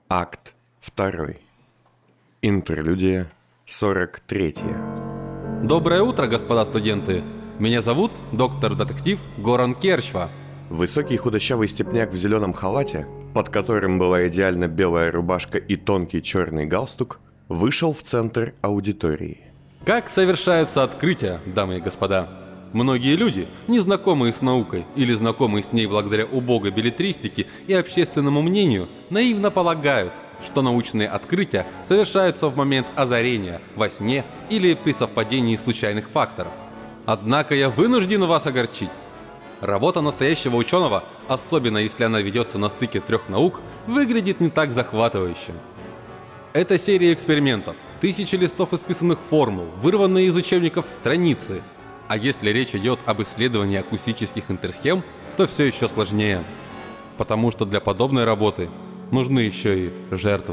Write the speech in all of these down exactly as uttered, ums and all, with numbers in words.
Акт второй. Интерлюдия сорок третья. Доброе утро, господа студенты. Меня зовут доктор-детектив Горан Керчва. Высокий худощавый степняк в зеленом халате, под которым была идеально белая рубашка и тонкий черный галстук, вышел в центр аудитории. Как совершаются открытия, дамы и господа? Многие люди, незнакомые с наукой или знакомые с ней благодаря убогой беллетристике и общественному мнению, наивно полагают, что научные открытия совершаются в момент озарения, во сне или при совпадении случайных факторов. Однако я вынужден вас огорчить. Работа настоящего ученого, особенно если она ведется на стыке трех наук, выглядит не так захватывающе. Это серия экспериментов, тысячи листов исписанных формул, вырванные из учебников страницы. А если речь идет об исследовании акустических интерсхем, то все еще сложнее. Потому что для подобной работы нужны еще и жертвы.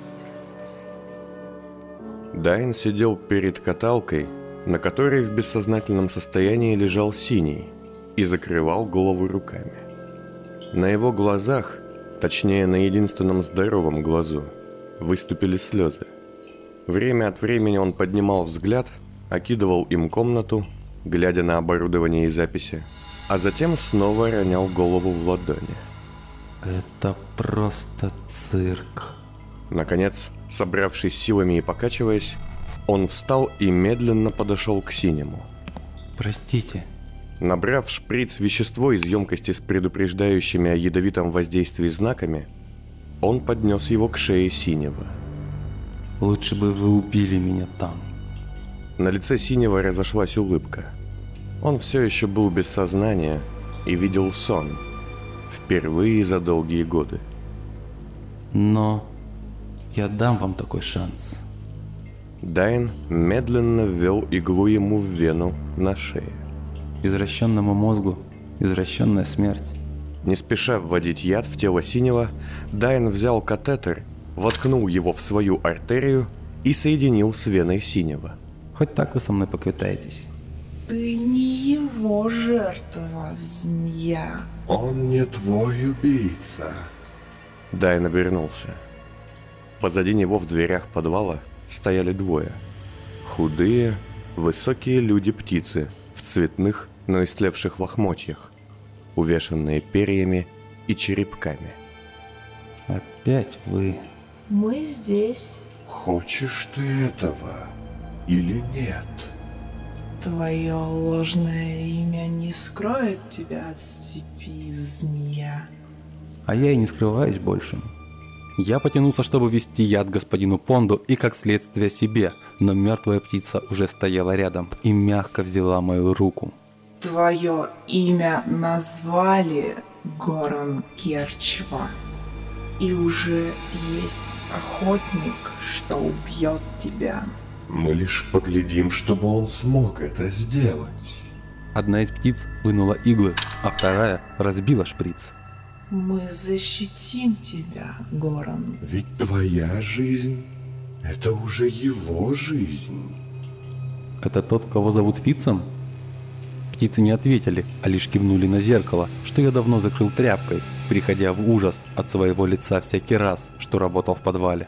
Дайн сидел перед каталкой, на которой в бессознательном состоянии лежал Синий, и закрывал голову руками. На его глазах, точнее на единственном здоровом глазу, выступили слезы. Время от времени он поднимал взгляд, окидывал им комнату, глядя на оборудование и записи, а затем снова ронял голову в ладони. Это просто цирк. Наконец, собравшись силами и покачиваясь, он встал и медленно подошел к Синему. Простите. Набрав в шприц вещество из емкости с предупреждающими о ядовитом воздействии знаками, он поднес его к шее Синего. Лучше бы вы убили меня там. На лице Синего разошлась улыбка. Он все еще был без сознания и видел сон. Впервые за долгие годы. Но я дам вам такой шанс. Дайн медленно ввел иглу ему в вену на шее. Извращенному мозгу извращенная смерть. Не спеша вводить яд в тело Синего, Дайн взял катетер, воткнул его в свою артерию и соединил с веной Синего. Хоть так вы со мной поквитаетесь. Ты не его жертва, змея. Он не твой убийца. Дайн обернулся. Позади него в дверях подвала стояли двое. Худые, высокие люди-птицы в цветных, но истлевших лохмотьях, увешанные перьями и черепками. Опять вы. Мы здесь. Хочешь ты этого или нет? Твое ложное имя не скроет тебя от степи, змея. А я и не скрываюсь больше. Я потянулся, чтобы ввести яд господину Понду и как следствие себе, но мертвая птица уже стояла рядом и мягко взяла мою руку. Твое имя назвали Горан Керчва. И уже есть охотник, что убьет тебя. Мы лишь поглядим, чтобы он смог это сделать. Одна из птиц вынула иглы, а вторая разбила шприц. Мы защитим тебя, Горан. Ведь твоя жизнь — это уже его жизнь. Это тот, кого зовут Фитцем? Птицы не ответили, а лишь кивнули на зеркало, что я давно закрыл тряпкой, приходя в ужас от своего лица всякий раз, что работал в подвале.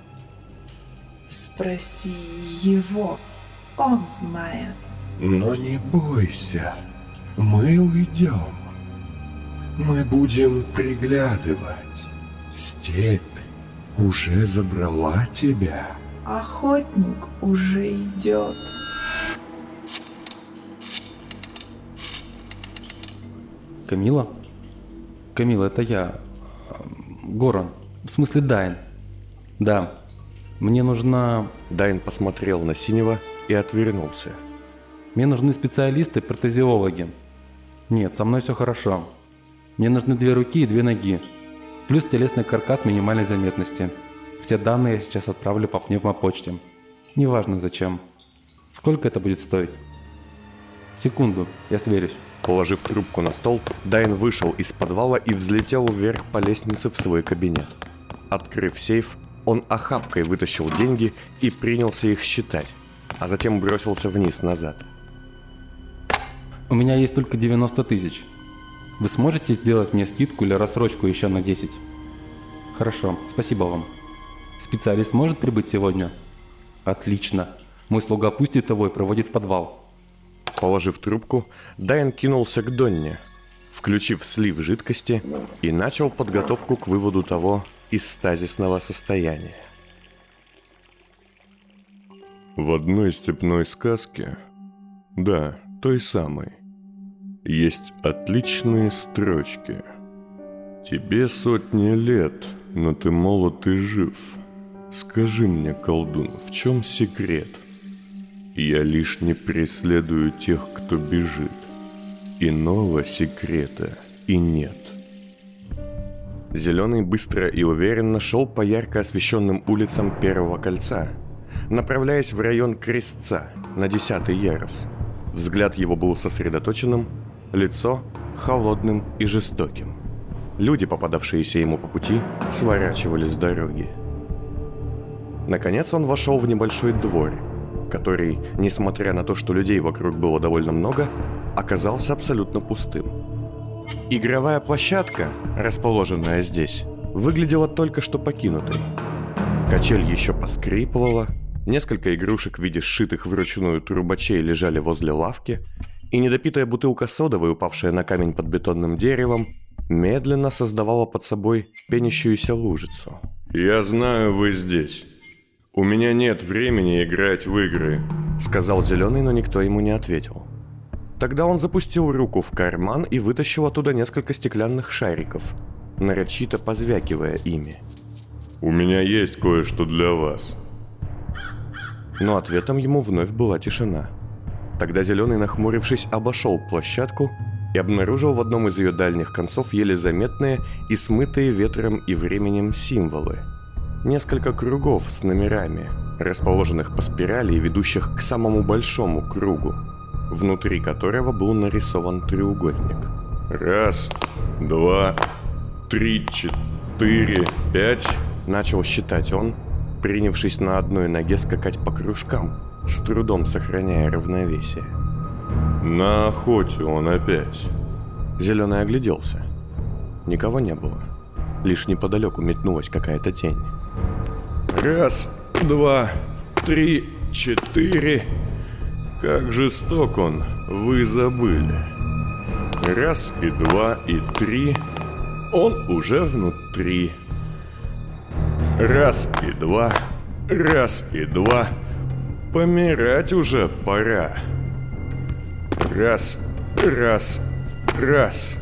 Спроси его, он знает. Но не бойся, мы уйдем. Мы будем приглядывать. Степь уже забрала тебя. Охотник уже идет. Камила? Камила, это я. Горан. В смысле Дайн. Да. Мне нужна... Дайн посмотрел на Синего и отвернулся. Мне нужны специалисты-протезиологи. Нет, со мной все хорошо. Мне нужны две руки и две ноги. Плюс телесный каркас минимальной заметности. Все данные я сейчас отправлю по пневмопочте. Неважно зачем. Сколько это будет стоить? Секунду, я сверюсь. Положив трубку на стол, Дайн вышел из подвала и взлетел вверх по лестнице в свой кабинет. Открыв сейф, он охапкой вытащил деньги и принялся их считать, а затем бросился вниз назад. У меня есть только девяносто тысяч. Вы сможете сделать мне скидку или рассрочку еще на десять? Хорошо, спасибо вам. Специалист может прибыть сегодня? Отлично. Мой слуга пустит его и проводит в подвал. Положив трубку, Дайан кинулся к Донне, включив слив жидкости, и начал подготовку к выводу того из стазисного состояния. В одной степной сказке, да, той самой, есть отличные строчки. Тебе сотни лет, но ты молод и жив. Скажи мне, колдун, в чем секрет? Я лишь не преследую тех, кто бежит. Иного секрета и нет. Зеленый быстро и уверенно шел по ярко освещенным улицам Первого кольца, направляясь в район Крестца, на десятый ярус. Взгляд его был сосредоточенным, лицо холодным и жестоким. Люди, попадавшиеся ему по пути, сворачивали с дороги. Наконец он вошел в небольшой двор, который, несмотря на то, что людей вокруг было довольно много, оказался абсолютно пустым. Игровая площадка, расположенная здесь, выглядела только что покинутой. Качель еще поскрипывала, несколько игрушек в виде сшитых вручную трубачей лежали возле лавки, и недопитая бутылка содовой, упавшая на камень под бетонным деревом, медленно создавала под собой пенящуюся лужицу. «Я знаю, вы здесь. У меня нет времени играть в игры», — сказал Зеленый, но никто ему не ответил. Тогда он запустил руку в карман и вытащил оттуда несколько стеклянных шариков, нарочито позвякивая ими. «У меня есть кое-что для вас». Но ответом ему вновь была тишина. Тогда Зеленый, нахмурившись, обошел площадку и обнаружил в одном из ее дальних концов еле заметные и смытые ветром и временем символы. Несколько кругов с номерами, расположенных по спирали и ведущих к самому большому кругу, внутри которого был нарисован треугольник. «Раз, два, три, четыре, пять», — начал считать он, принявшись на одной ноге скакать по кружкам, с трудом сохраняя равновесие. «На охоте он опять». Зеленый огляделся. Никого не было. Лишь неподалеку метнулась какая-то тень. «Раз, два, три, четыре. Как жесток он, вы забыли. Раз и два и три. Он уже внутри. Раз и два, раз и два. Помирать уже пора. Раз, раз, раз.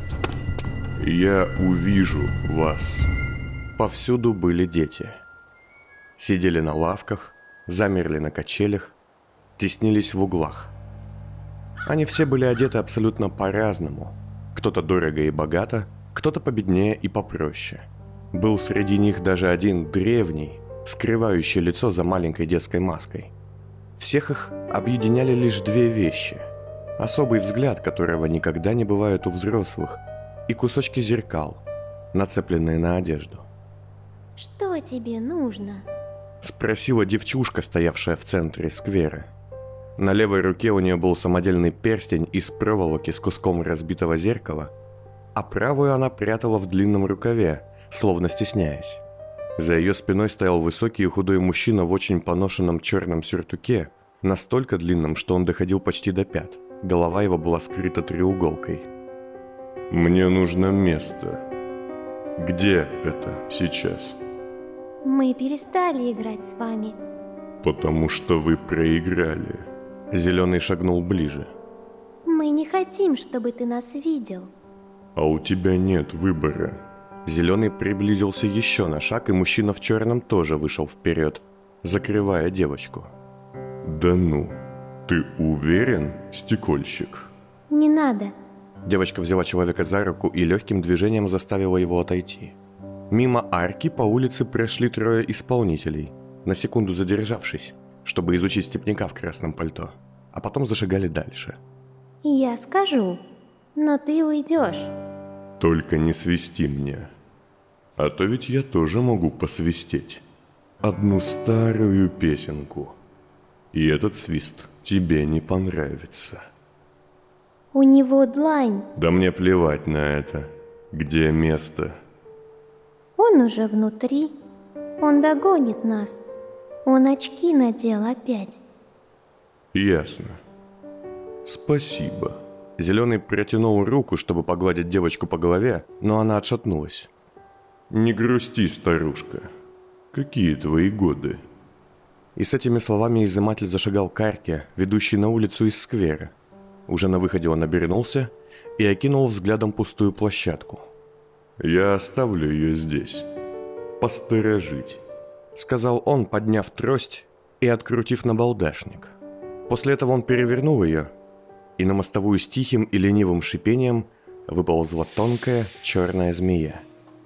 Я увижу вас». Повсюду были дети. Сидели на лавках, замерли на качелях, теснились в углах. Они все были одеты абсолютно по-разному. Кто-то дорого и богато, кто-то победнее и попроще. Был среди них даже один древний, скрывающий лицо за маленькой детской маской. Всех их объединяли лишь две вещи. Особый взгляд, которого никогда не бывает у взрослых, и кусочки зеркал, нацепленные на одежду. «Что тебе нужно?» — спросила девчушка, стоявшая в центре сквера. На левой руке у нее был самодельный перстень из проволоки с куском разбитого зеркала, а правую она прятала в длинном рукаве, словно стесняясь. За ее спиной стоял высокий и худой мужчина в очень поношенном черном сюртуке, настолько длинном, что он доходил почти до пят. Голова его была скрыта треуголкой. «Мне нужно место. Где это сейчас?» Мы перестали играть с вами. «Потому что вы проиграли». Зеленый шагнул ближе. Мы не хотим, чтобы ты нас видел. «А у тебя нет выбора». Зеленый приблизился еще на шаг, и мужчина в черном тоже вышел вперед, закрывая девочку. «Да ну, ты уверен, стекольщик?» Не надо. Девочка взяла человека за руку и легким движением заставила его отойти. Мимо арки по улице прошли трое исполнителей, на секунду задержавшись, чтобы изучить степняка в красном пальто, а потом зашагали дальше. Я скажу, но ты уйдешь. «Только не свисти мне. А то ведь я тоже могу посвистеть. Одну старую песенку. И этот свист тебе не понравится». У него длань. «Да мне плевать на это. Где место?» Он уже внутри. Он догонит нас. Он очки надел опять. Ясно. Спасибо. Зеленый протянул руку, чтобы погладить девочку по голове, но она отшатнулась. Не грусти, старушка. Какие твои годы? И с этими словами изыматель зашагал к арке, ведущей на улицу из сквера. Уже на выходе он обернулся и окинул взглядом пустую площадку. «Я оставлю ее здесь. Посторожить», — сказал он, подняв трость и открутив набалдашник. После этого он перевернул ее, и на мостовую с тихим и ленивым шипением выползла тонкая черная змея.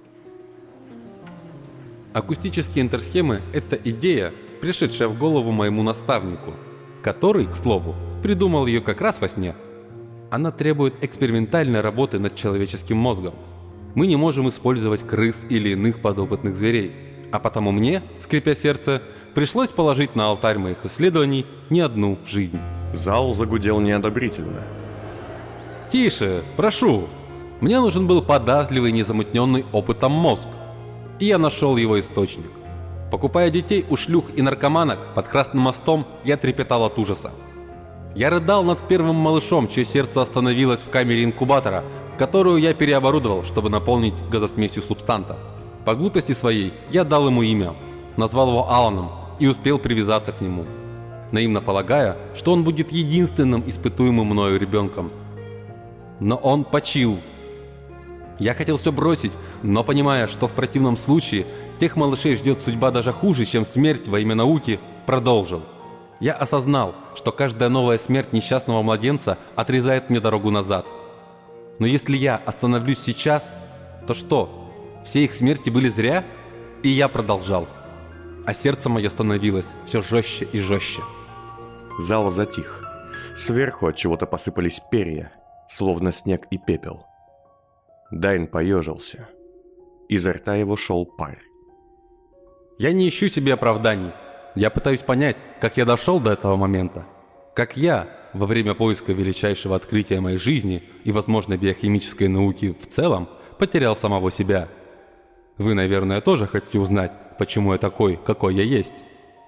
Акустические интерсхемы – это идея, пришедшая в голову моему наставнику, который, к слову, придумал ее как раз во сне. Она требует экспериментальной работы над человеческим мозгом. Мы не можем использовать крыс или иных подопытных зверей, а потому мне, скрипя сердце, пришлось положить на алтарь моих исследований не одну жизнь. Зал загудел неодобрительно. «Тише, прошу! Мне нужен был податливый, незамутненный опытом мозг. И я нашел его источник. Покупая детей у шлюх и наркоманок под Красным мостом, я трепетал от ужаса. Я рыдал над первым малышом, чье сердце остановилось в камере инкубатора, которую я переоборудовал, чтобы наполнить газосмесью субстанта. По глупости своей я дал ему имя, назвал его Аланом и успел привязаться к нему, наивно полагая, что он будет единственным испытуемым мною ребенком. Но он почил. Я хотел все бросить, но понимая, что в противном случае тех малышей ждет судьба даже хуже, чем смерть во имя науки, продолжил. Я осознал, что каждая новая смерть несчастного младенца отрезает мне дорогу назад. Но если я остановлюсь сейчас, то что, все их смерти были зря? И я продолжал. А сердце мое становилось все жестче и жестче. Зал затих. Сверху от чего-то посыпались перья, словно снег и пепел. Дайн поежился. Изо рта его шел пар. Я не ищу себе оправданий. Я пытаюсь понять, как я дошел до этого момента. Как я, во время поиска величайшего открытия моей жизни и, возможно, биохимической науки в целом, потерял самого себя. Вы, наверное, тоже хотите узнать, почему я такой, какой я есть.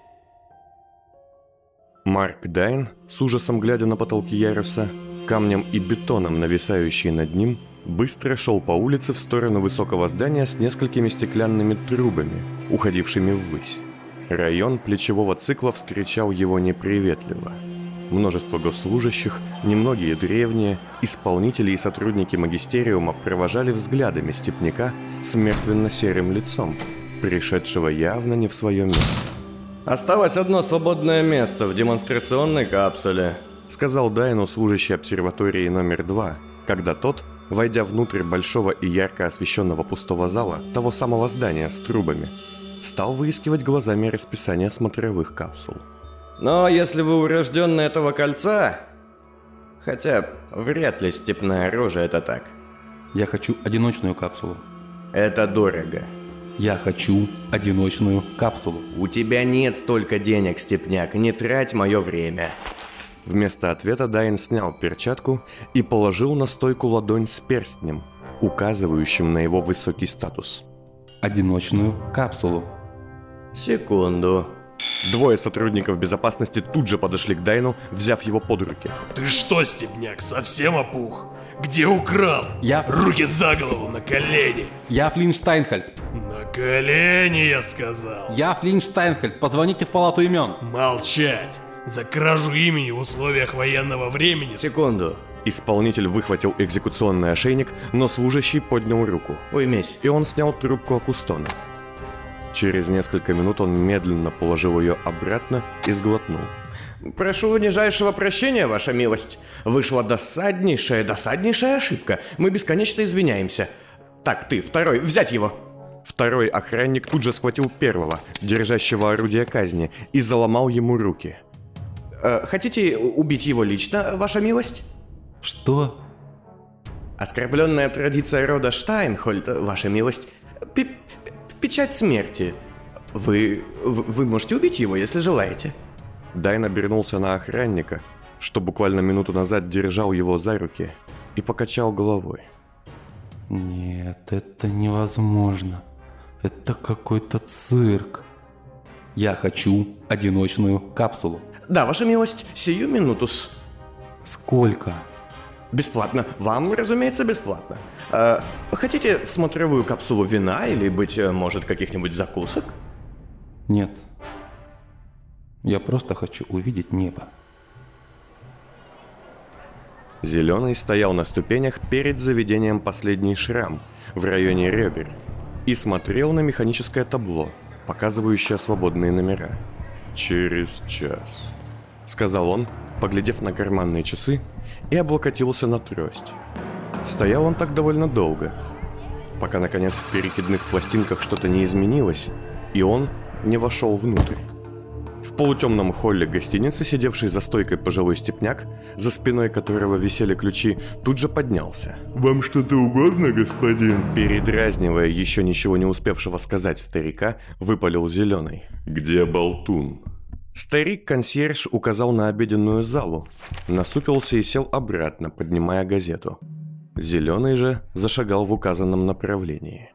Марк Дайн, с ужасом глядя на потолки яруса, камнем и бетоном, нависающие над ним, быстро шел по улице в сторону высокого здания с несколькими стеклянными трубами, уходившими ввысь. Район плечевого цикла встречал его неприветливо. Множество госслужащих, немногие древние, исполнители и сотрудники магистериума провожали взглядами степняка с мертвенно-серым лицом, пришедшего явно не в свое место. «Осталось одно свободное место в демонстрационной капсуле», — сказал Дайну служащий обсерватории номер два, когда тот, войдя внутрь большого и ярко освещенного пустого зала, того самого здания с трубами, стал выискивать глазами расписание смотровых капсул. «Но если вы урожденный этого кольца... Хотя, вряд ли степная рожа это так. Я хочу одиночную капсулу. Это дорого. Я хочу одиночную капсулу. У тебя нет столько денег, степняк, не трать мое время». Вместо ответа Дайн снял перчатку и положил на стойку ладонь с перстнем, указывающим на его высокий статус. Одиночную капсулу. Секунду. Двое сотрудников безопасности тут же подошли к Дайну, взяв его под руки. Ты что, степняк, совсем опух? Где украл? Я... Руки за голову, на колени. Я Флинн Штайнхальд. На колени, я сказал. Я Флинн Штайнхальд. Позвоните в палату имен. Молчать. За кражу имени в условиях военного времени. Секунду. Исполнитель выхватил экзекуционный ошейник, но служащий поднял руку. Уймись. И он снял трубку Акустона. Через несколько минут он медленно положил ее обратно и сглотнул. «Прошу нижайшего прощения, ваша милость. Вышла досаднейшая, досаднейшая ошибка. Мы бесконечно извиняемся. Так, ты, второй, взять его!» Второй охранник тут же схватил первого, держащего орудие казни, и заломал ему руки. Э, хотите убить его лично, ваша милость? Что? Оскорбленная традиция рода Штайнхольд, ваша милость, п- п- печать смерти. Вы, вы, вы можете убить его, если желаете. Дайн обернулся на охранника, что буквально минуту назад держал его за руки, и покачал головой. Нет, это невозможно. Это какой-то цирк. Я хочу одиночную капсулу. Да, ваша милость, сию минутус. Сколько? Бесплатно. Вам, разумеется, бесплатно. Э, хотите в смотровую капсулу вина или, быть может, каких-нибудь закусок? Нет. Я просто хочу увидеть небо. Зеленый стоял на ступенях перед заведением «Последний шрам» в районе ребер и смотрел на механическое табло, показывающее свободные номера. «Через час», — сказал он, поглядев на карманные часы, и облокотился на трость. Стоял он так довольно долго, пока, наконец, в перекидных пластинках что-то не изменилось, и он не вошел внутрь. В полутемном холле гостиницы, сидевший за стойкой пожилой степняк, за спиной которого висели ключи, тут же поднялся. «Вам что-то угодно, господин?» Передразнивая еще ничего не успевшего сказать старика, выпалил Зеленый. «Где болтун?» Старик-консьерж указал на обеденную залу, насупился и сел обратно, поднимая газету. Зеленый же зашагал в указанном направлении.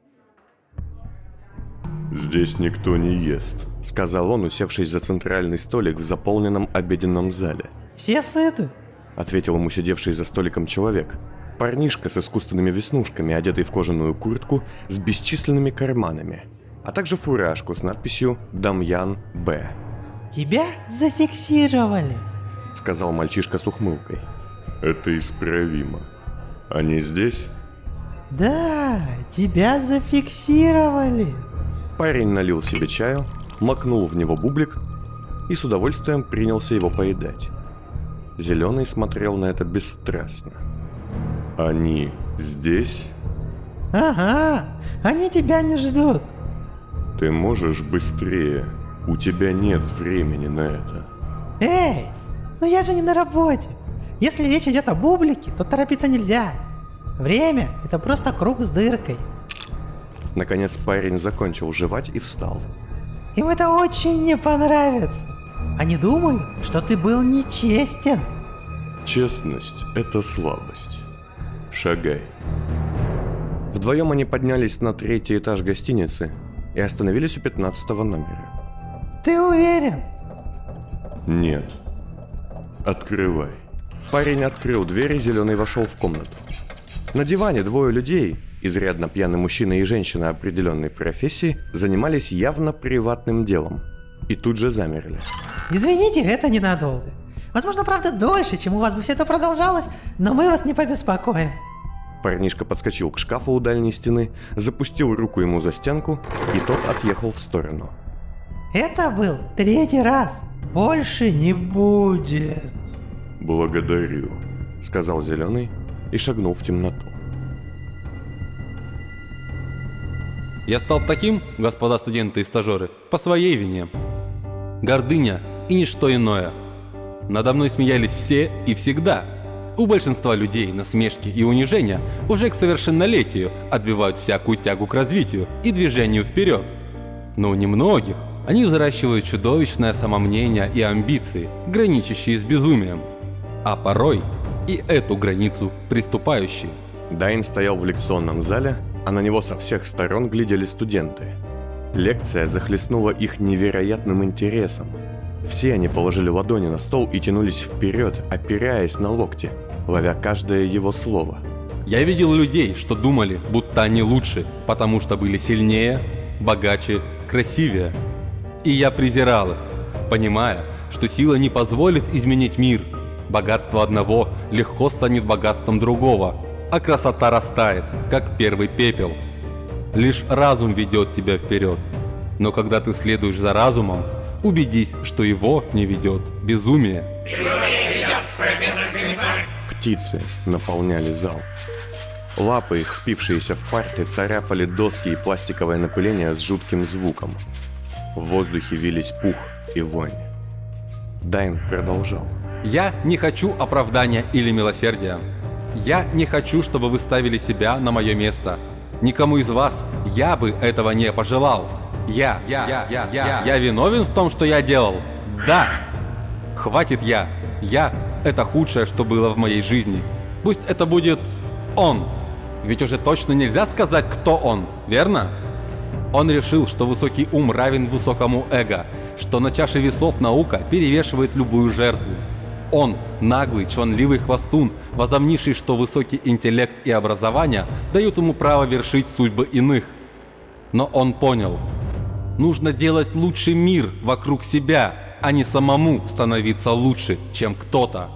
«Здесь никто не ест», — сказал он, усевшись за центральный столик в заполненном обеденном зале. «Все сыты?» — ответил ему сидевший за столиком человек. Парнишка с искусственными веснушками, одетый в кожаную куртку с бесчисленными карманами, а также фуражку с надписью «Дамьян Б». «Тебя зафиксировали», — сказал мальчишка с ухмылкой. «Это исправимо. Они здесь?» «Да, тебя зафиксировали». Парень налил себе чаю, макнул в него бублик и с удовольствием принялся его поедать. Зеленый смотрел на это бесстрастно. «Они здесь?» «Ага, они тебя не ждут». «Ты можешь быстрее? У тебя нет времени на это». «Эй, ну я же не на работе. Если речь идет о бублике, то торопиться нельзя. Время – это просто круг с дыркой». Наконец парень закончил жевать и встал. «Им это очень не понравится. Они думают, что ты был нечестен». «Честность – это слабость. Шагай». Вдвоем они поднялись на третий этаж гостиницы и остановились у пятнадцатого номера. «Ты уверен?» «Нет. Открывай». Парень открыл дверь, и Зеленый вошел в комнату. На диване двое людей, изрядно пьяный мужчина и женщина определенной профессии, занимались явно приватным делом. И тут же замерли. «Извините, это ненадолго. Возможно, правда, дольше, чем у вас бы все это продолжалось, но мы вас не побеспокоим». Парнишка подскочил к шкафу у дальней стены, запустил руку ему за стенку, и тот отъехал в сторону. «Это был третий раз. Больше не будет». «Благодарю», — сказал Зеленый и шагнул в темноту. Я стал таким, господа студенты и стажеры, по своей вине. Гордыня и ничто иное. Надо мной смеялись все и всегда. У большинства людей насмешки и унижения уже к совершеннолетию отбивают всякую тягу к развитию и движению вперед. Но у немногих они взращивают чудовищное самомнение и амбиции, граничащие с безумием. А порой и эту границу приступающие. Дайн стоял в лекционном зале, а на него со всех сторон глядели студенты. Лекция захлестнула их невероятным интересом. Все они положили ладони на стол и тянулись вперед, опираясь на локти, ловя каждое его слово. Я видел людей, что думали, будто они лучше, потому что были сильнее, богаче, красивее. И я презирал их, понимая, что сила не позволит изменить мир. Богатство одного легко станет богатством другого, а красота растает, как первый пепел. Лишь разум ведет тебя вперед. Но когда ты следуешь за разумом, убедись, что его не ведет безумие. Безумие ведет, профессор Комиссар! Птицы наполняли зал. Лапы их, впившиеся в парты, царапали доски и пластиковое напыление с жутким звуком. В воздухе вились пух и вонь. Дайн продолжал. Я не хочу оправдания или милосердия. Я не хочу, чтобы вы ставили себя на мое место. Никому из вас я бы этого не пожелал. Я, я, я, я, я, я виновен в том, что я делал. Да. Хватит я. Я – это худшее, что было в моей жизни. Пусть это будет он. Ведь уже точно нельзя сказать, кто он, верно? Он решил, что высокий ум равен высокому эго, что на чаше весов наука перевешивает любую жертву. Он, наглый, чванливый хвостун, возомнивший, что высокий интеллект и образование дают ему право вершить судьбы иных. Но он понял, нужно делать лучший мир вокруг себя, а не самому становиться лучше, чем кто-то.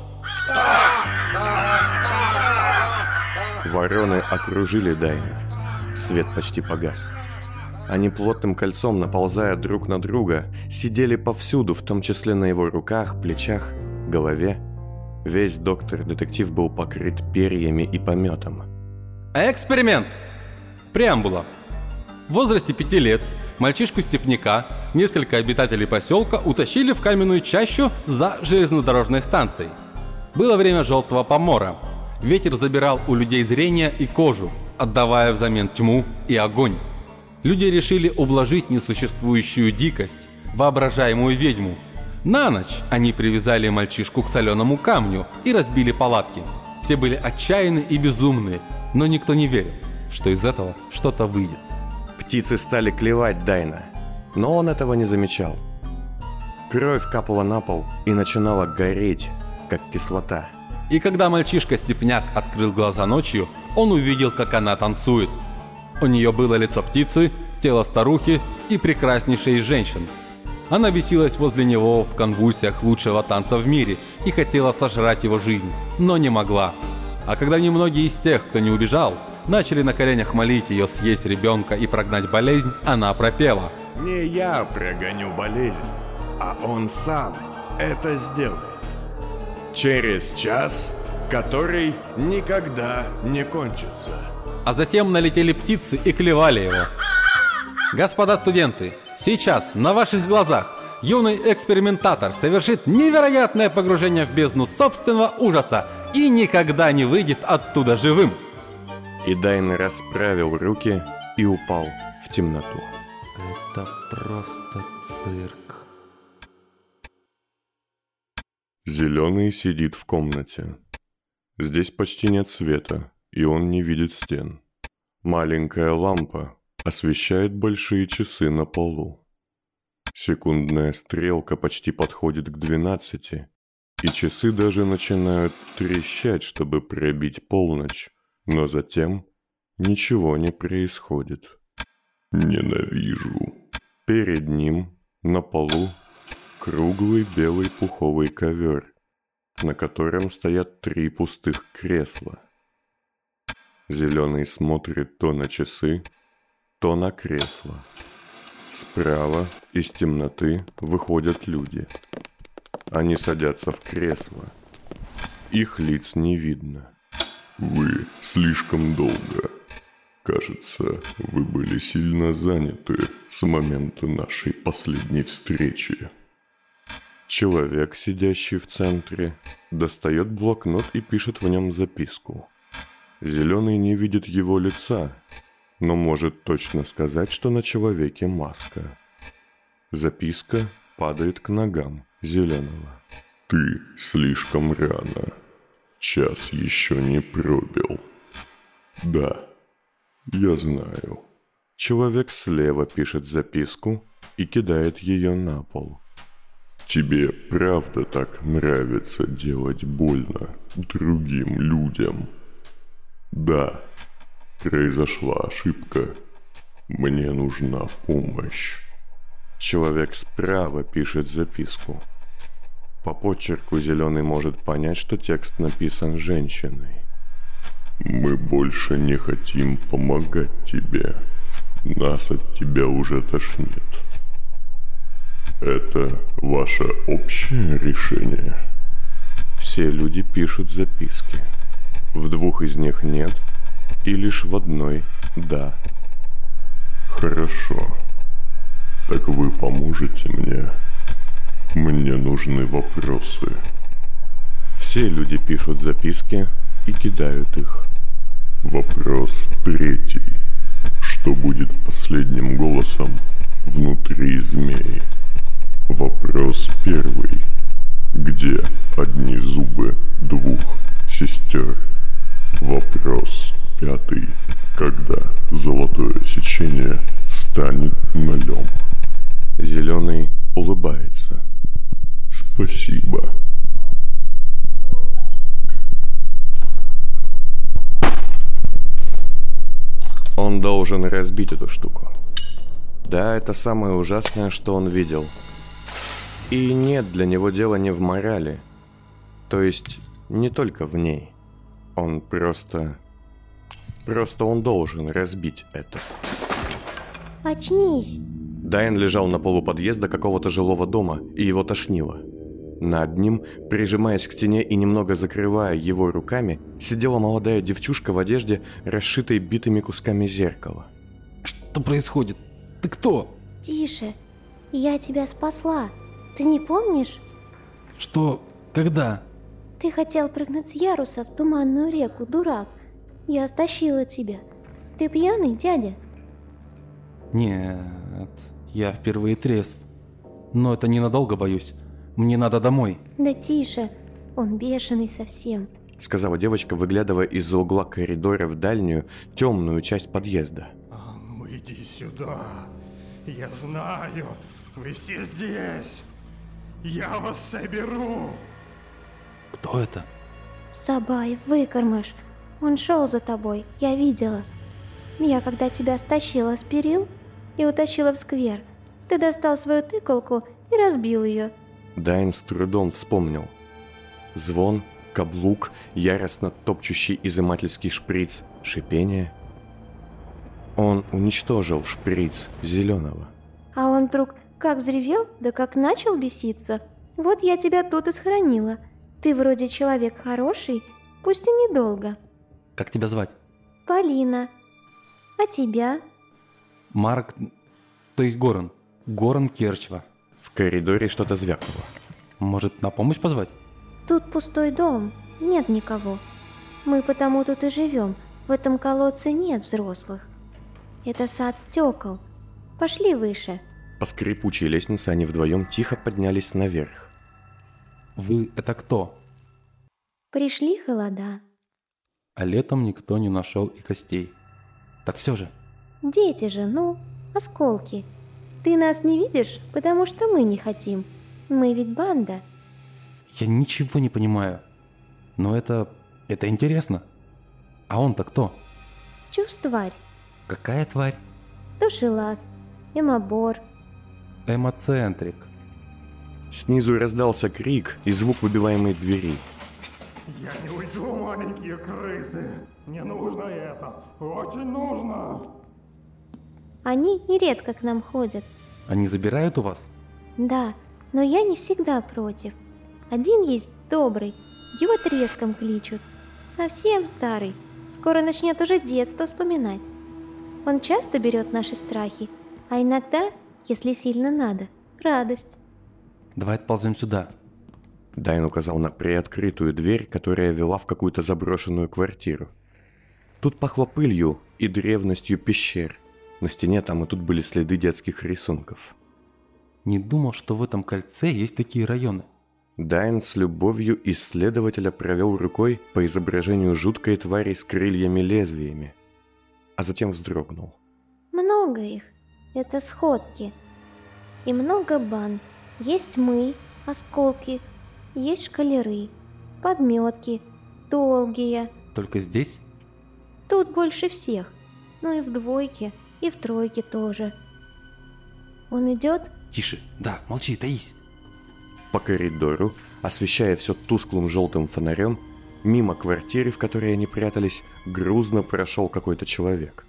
Вороны окружили Дайна. Свет почти погас. Они плотным кольцом, наползая друг на друга, сидели повсюду, в том числе на его руках, плечах, голове. Весь доктор-детектив был покрыт перьями и пометом. Эксперимент! Преамбула. В возрасте пяти лет мальчишку-степняка несколько обитателей поселка утащили в каменную чащу за железнодорожной станцией. Было время желтого помора. Ветер забирал у людей зрение и кожу, отдавая взамен тьму и огонь. Люди решили ублажить несуществующую дикость, воображаемую ведьму. На ночь они привязали мальчишку к соленому камню и разбили палатки. Все были отчаянны и безумны, но никто не верил, что из этого что-то выйдет. Птицы стали клевать Дайна, но он этого не замечал. Кровь капала на пол и начинала гореть, как кислота. И когда мальчишка-степняк открыл глаза ночью, он увидел, как она танцует. У нее было лицо птицы, тело старухи и прекраснейшей из женщин. Она бесилась возле него в конвульсиях лучшего танца в мире и хотела сожрать его жизнь, но не могла. А когда немногие из тех, кто не убежал, начали на коленях молить ее съесть ребенка и прогнать болезнь, она пропела: «Не я прогоню болезнь, а он сам это сделает. Через час, который никогда не кончится». А затем налетели птицы и клевали его. Господа студенты, сейчас на ваших глазах юный экспериментатор совершит невероятное погружение в бездну собственного ужаса и никогда не выйдет оттуда живым. И Дайн расправил руки и упал в темноту. Это просто цирк. Зеленый сидит в комнате. Здесь почти нет света, и он не видит стен. Маленькая лампа освещает большие часы на полу. Секундная стрелка почти подходит к двенадцати, и часы даже начинают трещать, чтобы пробить полночь, но затем ничего не происходит. Ненавижу. Перед ним на полу круглый белый пуховый ковер, на котором стоят три пустых кресла. Зеленый смотрит то на часы, то на кресло. Справа из темноты выходят люди. Они садятся в кресло. Их лиц не видно. Вы слишком долго. Кажется, вы были сильно заняты с момента нашей последней встречи. Человек, сидящий в центре, достает блокнот и пишет в нем записку. Зеленый не видит его лица, но может точно сказать, что на человеке маска. Записка падает к ногам Зеленого. Ты слишком рано. Час еще не пробил. Да, я знаю. Человек слева пишет записку и кидает ее на пол. Тебе правда так нравится делать больно другим людям? Да, произошла ошибка. Мне нужна помощь. Человек справа пишет записку. По почерку Зеленый может понять, что текст написан женщиной. Мы больше не хотим помогать тебе. Нас от тебя уже тошнит. Это ваше общее решение? Все люди пишут записки. В двух из них нет, и лишь в одной «да». Хорошо. Так вы поможете мне? Мне нужны вопросы. Все люди пишут записки и кидают их. Вопрос третий. Что будет последним голосом внутри змеи? Вопрос первый. Где одни зубы двух сестер? Вопрос пятый. Когда золотое сечение станет Спасибо. Он должен разбить эту штуку. Да, это самое ужасное, что он видел. И нет, для него дела не в морали. То есть, не только в ней. Он просто... Просто он должен разбить это. Очнись! Дайн лежал на полу подъезда какого-то жилого дома, и его тошнило. Над ним, прижимаясь к стене и немного закрывая его руками, сидела молодая девчушка в одежде, расшитой битыми кусками зеркала. Что происходит? Ты кто? Тише, я тебя спасла. Ты не помнишь? Что? Когда? Ты хотел прыгнуть с яруса в туманную реку, дурак. Я стащила тебя. Ты пьяный, дядя? Нет, я впервые трезв. Но это ненадолго, боюсь. Мне надо домой. Да тише, он бешеный совсем. Сказала девочка, выглядывая из-за угла коридора в дальнюю, темную часть подъезда. А ну иди сюда. Я знаю, вы все здесь. Я вас соберу. Кто это? Сабай, выкормыш. Он шел за тобой, я видела. Я когда тебя стащила с перил и утащила в сквер, ты достал свою тыкалку и разбил ее. Дайн с трудом вспомнил. Звон, каблук, яростно топчущий изымательский шприц, шипение. Он уничтожил шприц зеленого. А он вдруг как взревел, да как начал беситься. Вот я тебя тут и схоронила. Ты вроде человек хороший, пусть и недолго. Как тебя звать? Полина. А тебя? Марк... То есть Горан. Горан Керчва. В коридоре что-то звякнуло. Может, на помощь позвать? Тут пустой дом, нет никого. Мы потому тут и живем. В этом колодце нет взрослых. Это сад стекол. Пошли выше. По скрипучей лестнице они вдвоем тихо поднялись наверх. Вы это кто? Пришли холода. А летом никто не нашел и костей. Так все же. Дети же, ну, осколки. Ты нас не видишь, потому что мы не хотим. Мы ведь банда. Я ничего не понимаю. Но это... это интересно. А он-то кто? Чувстварь. Какая тварь? Душелаз. Эмобор. Эмоцентрик. Снизу раздался крик и звук выбиваемой двери. Я не уйду, маленькие крысы. Мне нужно это. Очень нужно. Они нередко к нам ходят. Они забирают у вас? Да, но я не всегда против. Один есть добрый, его треском кличут. Совсем старый, скоро начнет уже детство вспоминать. Он часто берет наши страхи, а иногда, если сильно надо, радость. Давай отползем сюда. Дайн указал на приоткрытую дверь, которая вела в какую-то заброшенную квартиру. Тут пахло пылью и древностью пещер. На стене там и тут были следы детских рисунков. Не думал, что в этом кольце есть такие районы. Дайн с любовью исследователя провел рукой по изображению жуткой твари с крыльями-лезвиями, а затем вздрогнул. Много их. Это сходки. И много банд. Есть мы, осколки, есть шкалеры, подметки, долгие. Только здесь? Тут больше всех. Ну и в двойке, и в тройке тоже. Он идет? Тише, да, молчи, таись. По коридору, освещая все тусклым желтым фонарем, мимо квартиры, в которой они прятались, грузно прошел какой-то человек.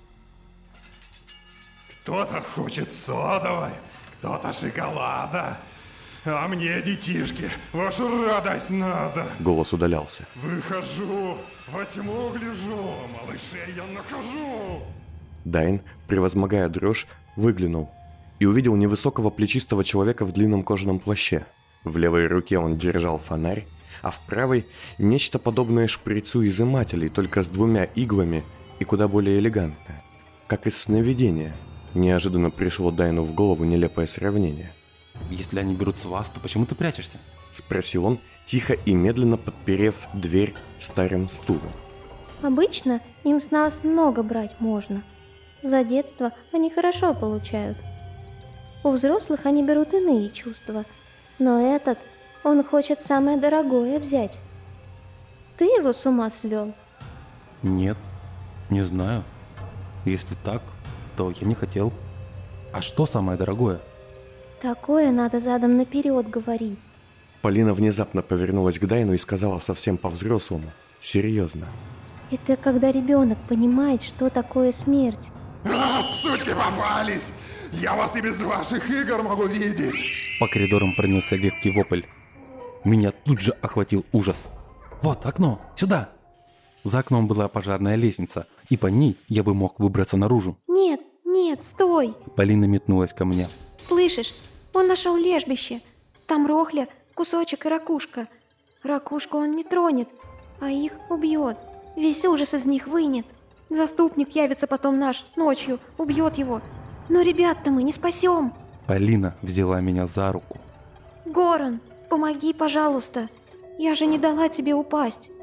Кто-то хочет содовой, кто-то шоколада. А мне, детишки, вашу радость надо. Голос удалялся. Выхожу, во тьму гляжу, малышей я нахожу. Дайн, превозмогая дрожь, выглянул и увидел невысокого плечистого человека в длинном кожаном плаще. В левой руке он держал фонарь, а в правой нечто подобное шприцу изымателей, только с двумя иглами и куда более элегантное. Как из сновидения. Неожиданно пришло Дайну в голову нелепое сравнение. Если они берут с вас, то почему ты прячешься? Спросил он, тихо и медленно подперев дверь старым стулом. Обычно им с нас много брать можно. За детство они хорошо получают. У взрослых они берут иные чувства. Но этот Он хочет самое дорогое взять. Ты его с ума свел? Нет, не знаю. Если так, то я не хотел. А что самое дорогое? Такое надо задом наперед говорить. Полина внезапно повернулась к Дайну и сказала совсем по-взрослому, серьезно. Это когда ребенок понимает, что такое смерть. А, сучки попались! Я вас и без ваших игр могу видеть! По коридорам пронесся детский вопль. Меня тут же охватил ужас. Вот окно, сюда! За окном была пожарная лестница, и по ней я бы мог выбраться наружу. Нет, нет, стой! Полина метнулась ко мне. Слышишь, он нашел лежбище. Там Рохля, Кусочек и Ракушка. Ракушку он не тронет, а их убьет. Весь ужас из них вынет. Заступник явится потом наш ночью, убьет его. Но ребят-то мы не спасем. Полина взяла меня за руку. Горан, помоги, пожалуйста. Я же не дала тебе упасть.